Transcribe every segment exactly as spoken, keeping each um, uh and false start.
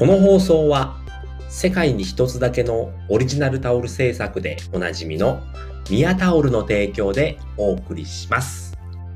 この放送は世界に一つだけのオリジナルタオル製作でおなじみのミヤタオルの提供でお送りします。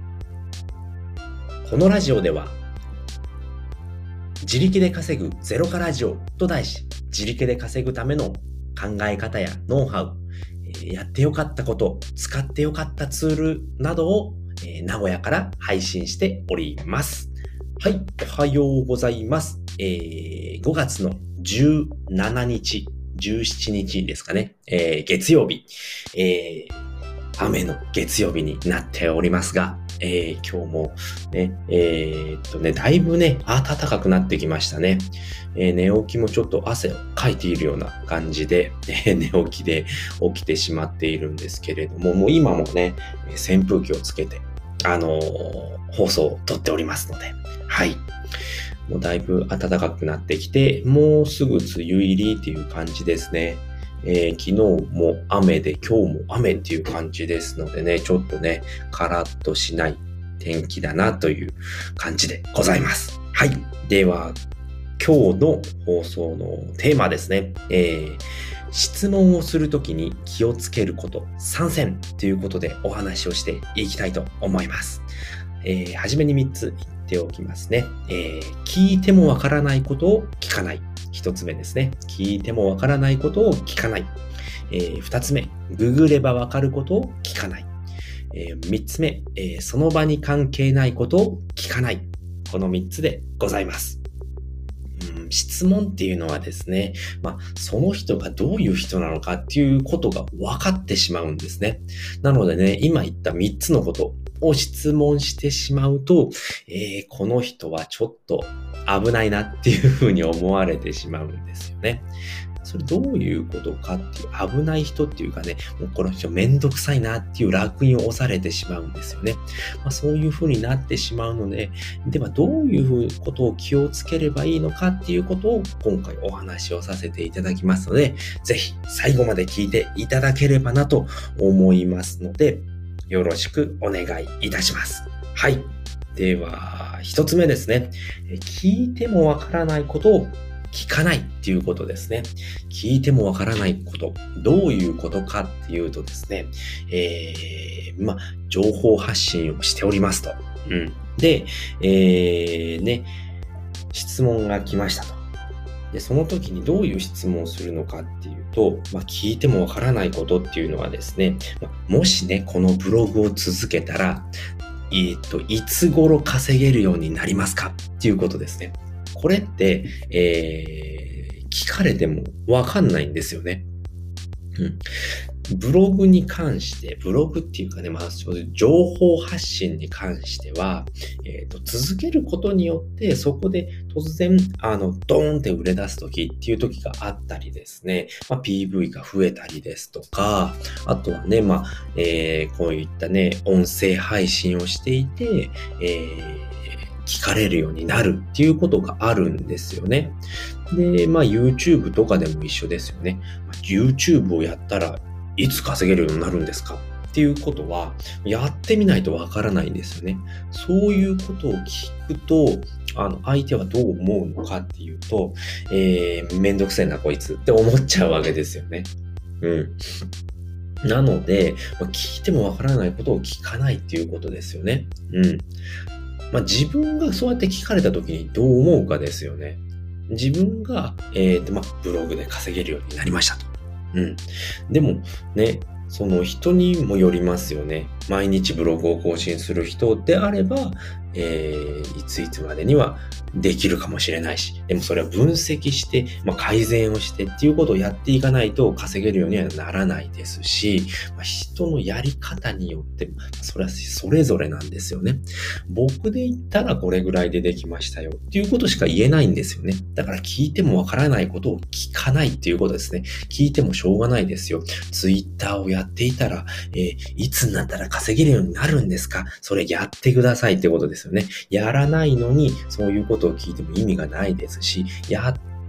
このラジオでは自力で稼ぐゼロからラジオと題し、自力で稼ぐための考え方やノウハウ、やってよかったこと、使ってよかったツールなどを名古屋から配信しております。はい、おはようございます。えー、ごがつのじゅうしちにち、じゅうしちにちですかね、えー、月曜日、えー、雨の月曜日になっておりますが、えー、今日もね、えー、っとね、だいぶね、暖かくなってきましたね。えー、寝起きもちょっと汗をかいているような感じで、えー、寝起きで起きてしまっているんですけれども、もう今もね、扇風機をつけて、あのー、放送を撮っておりますので、はい。もうだいぶ暖かくなってきて、もうすぐ梅雨入りっていう感じですね。えー、昨日も雨で今日も雨っていう感じですのでね、ちょっとね、カラッとしない天気だなという感じでございます。はい。では、今日の放送のテーマですね。えー、質問をするときに気をつけることさんせんということでお話をしていきたいと思います。えー、はじめにみっつ言っておきますね。えー、聞いてもわからないことを聞かない。一つ目ですね。聞いてもわからないことを聞かない。えー、二つ目、ググればわかることを聞かない。えー、三つ目、えー、その場に関係ないことを聞かない。この三つでございます。うん、質問っていうのはですね、まあ、その人がどういう人なのかっていうことが分かってしまうんですね。なのでね、今言った三つのことを質問してしまうと、えー、この人はちょっと危ないなっていうふうに思われてしまうんですよね。それどういうことかっていう、危ない人っていうかね、もうこの人めんどくさいなっていう烙印を押されてしまうんですよね。まあ、そういうふうになってしまうので、ではどういうふうことを気をつければいいのかっていうことを今回お話をさせていただきますので、ぜひ最後まで聞いていただければなと思いますので、よろしくお願いいたします。はい。では、一つ目ですね。聞いてもわからないことを聞かないっていうことですね。聞いてもわからないこと。どういうことかっていうとですね、えー、まあ、情報発信をしておりますと。うん。で、えー、ね、質問が来ましたと。で、その時にどういう質問をするのかっていうと、まあ、聞いてもわからないことっていうのはですね、まあ、もしね、このブログを続けたら、えっと、いつ頃稼げるようになりますかっていうことですね。これって、えー、聞かれてもわかんないんですよね。うん。ブログに関して、ブログっていうかね、まあ、情報発信に関しては、えっと、続けることによって、そこで突然、あの、ドーンって売れ出す時っていう時があったりですね、まあ、ピーブイ が増えたりですとか、あとはね、まあ、えー、こういったね、音声配信をしていて、えー、聞かれるようになるっていうことがあるんですよね。で、まあ、YouTube とかでも一緒ですよね。YouTube をやったら、いつ稼げるようになるんですかっていうことは、やってみないとわからないんですよね。そういうことを聞くと、あの、相手はどう思うのかっていうと、えー、めんどくせえなこいつって思っちゃうわけですよね。うん。なので、聞いてもわからないことを聞かないっていうことですよね。うん。まあ、自分がそうやって聞かれた時にどう思うかですよね。自分が、えーと、まあ、ブログで稼げるようになりましたと。うん。でもね、その人にもよりますよね。毎日ブログを更新する人であれば、えー、いついつまでにはできるかもしれないし、でもそれは分析して、まあ、改善をしてっていうことをやっていかないと稼げるようにはならないですし、まあ、人のやり方によって、それはそれぞれなんですよね。僕で言ったらこれぐらいでできましたよっていうことしか言えないんですよね。だから聞いてもわからないことを聞かないっていうことですね。聞いてもしょうがないですよ。ツイッターをやっていたら、えー、いつになったら稼げるようになるんですか？それやってくださいってことですよね。やらないのにそういうことを聞いても意味がないですし、やっ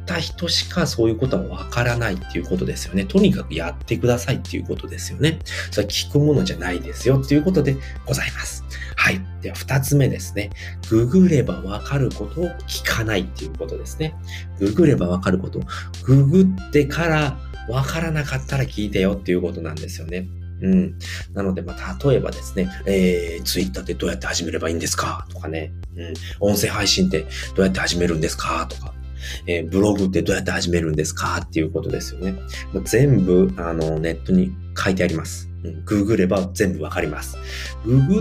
った人しかそういうことはわからないっていうことですよね。とにかくやってくださいっていうことですよね。それは聞くものじゃないですよっていうことでございます。はい。では二つ目ですね。ググればわかることを聞かないっていうことですね。ググればわかること。ググってからわからなかったら聞いてよっていうことなんですよね。うん。なので、まあ、例えばですね、えー、ツイッターってどうやって始めればいいんですかとかね、うん。音声配信ってどうやって始めるんですかとか、えー、ブログってどうやって始めるんですかっていうことですよね。もう全部、あの、ネットに書いてあります。うん。ググれば全部わかります。ググって、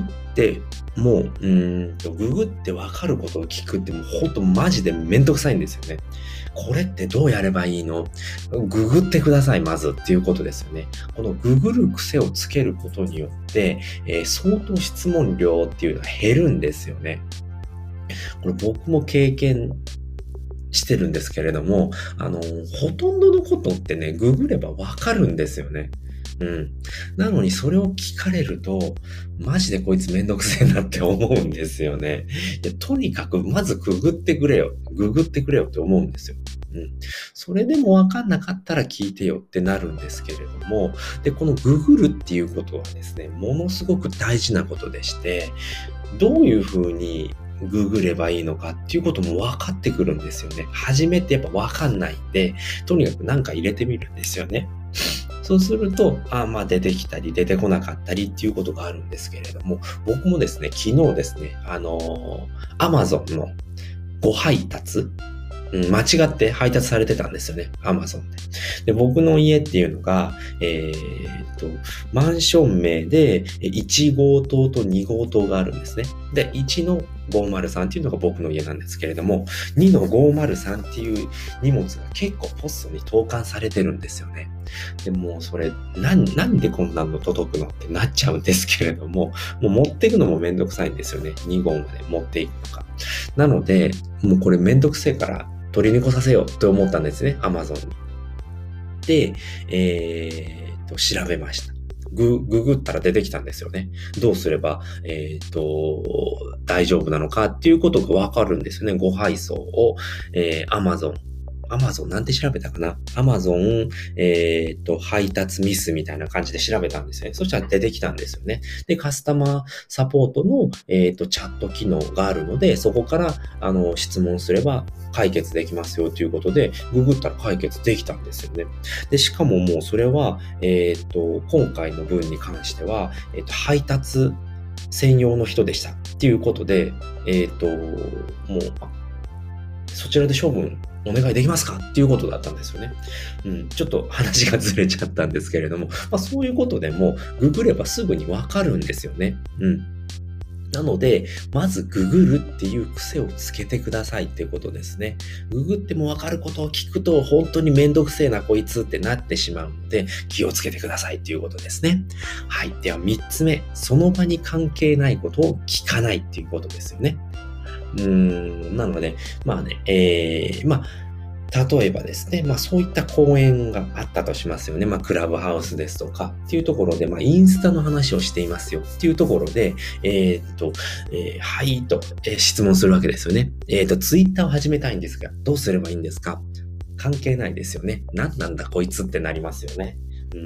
もう、うーんと、ググってわかることを聞くってもうほんとマジでめんどくさいんですよね。これってどうやればいいの？ググってください、まずっていうことですよね。このググる癖をつけることによって、えー、相当質問量っていうのは減るんですよね。これ僕も経験してるんですけれども、あの、ほとんどのことってね、ググればわかるんですよね。うん。なのにそれを聞かれると、マジでこいつめんどくせえなって思うんですよね。いや、とにかくまずググってくれよ。ググってくれよって思うんですよ。うん。それでもわかんなかったら聞いてよってなるんですけれども、で、このググるっていうことはですね、ものすごく大事なことでして、どういうふうにググればいいのかっていうことも分かってくるんですよね。初めてやっぱ分かんないんで、とにかく何か入れてみるんですよね。そうすると、あまあ出てきたり出てこなかったりっていうことがあるんですけれども、僕もですね、昨日ですね、あのー、Amazon のご配達、うん、間違って配達されてたんですよね。Amazon で。で、僕の家っていうのが、えー、っと、マンション名でいち号棟とに号棟があるんですね。で、いちのごーまるさんっていうのが僕の家なんですけれども、にのごーまるさんっていう荷物が結構ポストに投函されてるんですよね。でもうそれ、なん、なんでこんなの届くのってなっちゃうんですけれども、もう持っていくのもめんどくさいんですよね。に号まで持っていくとか。なので、もうこれめんどくせえから取りに来させようって思ったんですね、Amazon に。で、えー、っと、調べました。グ、ググったら出てきたんですよね。どうすれば、えっと、大丈夫なのかっていうことがわかるんですよね。ご配送を、えー、Amazon。Amazon なんて調べたかな ?Amazon、えっと、配達ミスみたいな感じで調べたんですよね。そしたら出てきたんですよね。で、カスタマーサポートの、えっと、チャット機能があるので、そこから、あの、質問すれば解決できますよということで、ググったら解決できたんですよね。で、しかももうそれは、えっと、今回の分に関しては、えっと、配達専用の人でしたっていうことで、えっと、もう、そちらで処分お願いできますかっていうことだったんですよね。うん、ちょっと話がずれちゃったんですけれども、まあそういうことでもググればすぐにわかるんですよね。うん。なので、まずググるっていう癖をつけてくださいっていうことですね。ググってもわかることを聞くと本当にめんどくせえなこいつってなってしまうので気をつけてくださいっていうことですね。はい。ではみっつめ、その場に関係ないことを聞かないっていうことですよね。うーん、なので、まあね、えー、まあ、例えばですね、まあそういった講演があったとしますよね。まあクラブハウスですとかっていうところで、まあインスタの話をしていますよっていうところで、えー、っと、えー、はいと、えー、質問するわけですよね。えー、っと、ツイッターを始めたいんですが、どうすればいいんですか？関係ないですよね。何なんだこいつってなりますよね。うん、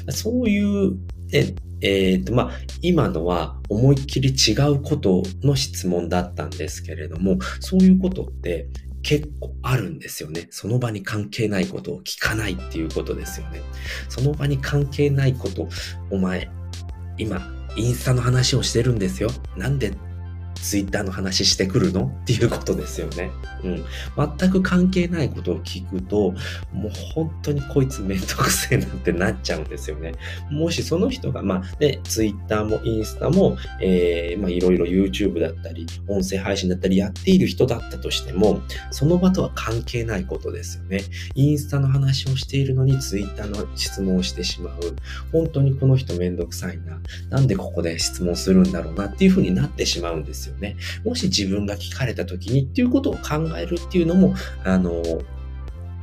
そういう、ええーと、まあ、今のは思いっきり違うことの質問だったんですけれども、そういうことって結構あるんですよね。その場に関係ないことを聞かないっていうことですよね。その場に関係ないこと、お前、今、インスタの話をしてるんですよ。なんでツイッターの話してくるのっていうことですよね。うん。全く関係ないことを聞くと、もう本当にこいつめんどくせえなってなっちゃうんですよね。もしその人が、まあ、ね、ツイッターもインスタも、えー、まあ、いろいろ YouTube だったり、音声配信だったりやっている人だったとしても、その場とは関係ないことですよね。インスタの話をしているのにツイッターの質問をしてしまう。本当にこの人めんどくさいな。なんでここで質問するんだろうなっていう風になってしまうんですよね。もし自分が聞かれた時にっていうことを考えるっていうのも、あの、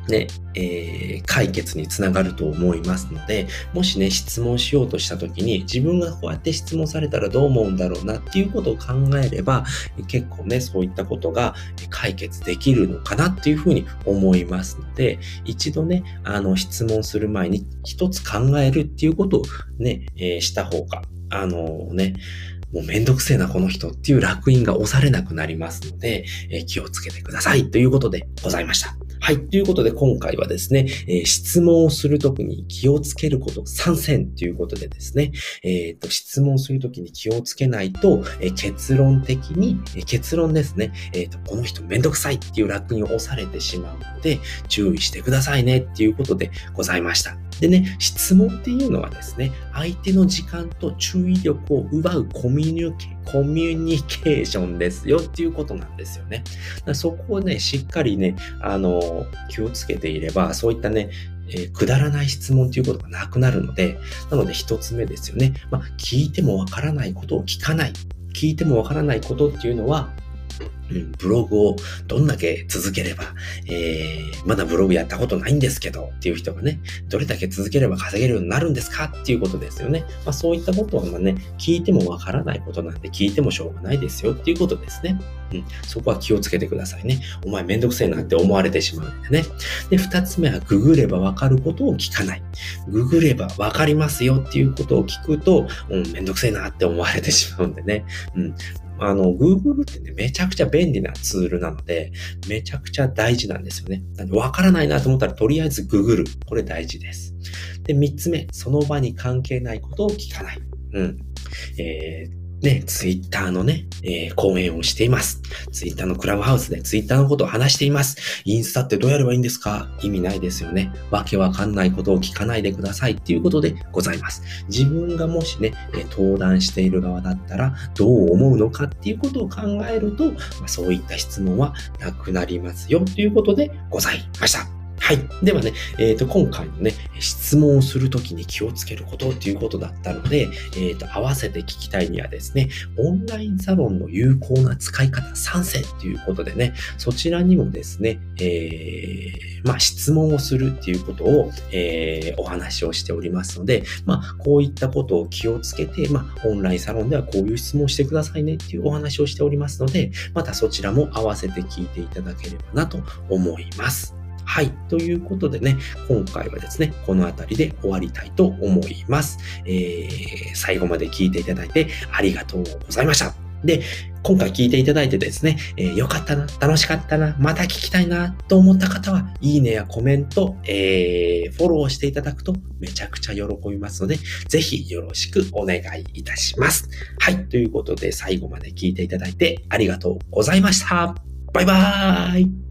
ね、えー解決につながると思いますので、もしね、質問しようとしたときに、自分がこうやって質問されたらどう思うんだろうなっていうことを考えれば、結構ね、そういったことが解決できるのかなっていうふうに思いますので、一度ね、あの、質問する前に一つ考えるっていうことをね、えーした方が、あのね、もうめんどくせえなこの人っていう烙印が押されなくなりますので、えー気をつけてくださいということでございました。はい。ということで今回はですね、えー質問をするときに気をつけることさん選ということでですね、えっと、質問するときに気をつけないと、えー結論的に、えー結論ですね、えっと、この人めんどくさいっていう烙印を押されてしまうので、注意してくださいねっていうことでございました。でね、質問っていうのはですね、相手の時間と注意力を奪うコミュニケコミュニケーションですよっていうことなんですよね。だからそこをね、しっかりね、あの、気をつけていれば、そういったね、えーくだらない質問ということがなくなるので、なので一つ目ですよね。まあ、聞いてもわからないことを聞かない。聞いてもわからないことっていうのは、うん、ブログをどんだけ続ければ、えー、まだブログやったことないんですけどっていう人がね、どれだけ続ければ稼げるようになるんですかっていうことですよね。まあそういったことはまあね、聞いてもわからないことなんで聞いてもしょうがないですよっていうことですね。うん、そこは気をつけてくださいね。お前めんどくせえなって思われてしまうんでね。で、二つ目はググればわかることを聞かない。ググればわかりますよっていうことを聞くと、うん、めんどくせえなって思われてしまうんでね。うん、あの、Google ってね、めちゃくちゃ便利なツールなので、めちゃくちゃ大事なんですよね。なんで、わからないなと思ったら、とりあえず Google。これ大事です。で、三つ目、その場に関係ないことを聞かない。うん。えーね、ツイッターのね、えー講演をしています。ツイッターのクラブハウスでツイッターのことを話しています。インスタってどうやればいいんですか？意味ないですよね。わけわかんないことを聞かないでくださいっていうことでございます。自分がもしね、えー登壇している側だったらどう思うのかっていうことを考えると、まあ、そういった質問はなくなりますよということでございました。はい。ではね、えっと、今回のね、質問をするときに気をつけることっていうことだったので、えっと、合わせて聞きたいにはですね、オンラインサロンの有効な使い方さん選ということでね、そちらにもですね、えー、まあ、質問をするっていうことを、えー、お話をしておりますので、まあ、こういったことを気をつけて、まあ、オンラインサロンではこういう質問をしてくださいねっていうお話をしておりますので、またそちらも合わせて聞いていただければなと思います。はい。ということでね、今回はですね、このあたりで終わりたいと思います。えー、最後まで聞いていただいてありがとうございました。で、今回聞いていただいてですね、えー、よかったな、楽しかったな、また聞きたいなと思った方は、いいねやコメント、えー、フォローしていただくとめちゃくちゃ喜びますので、ぜひよろしくお願いいたします。はい。ということで、最後まで聞いていただいてありがとうございました。バイバーイ。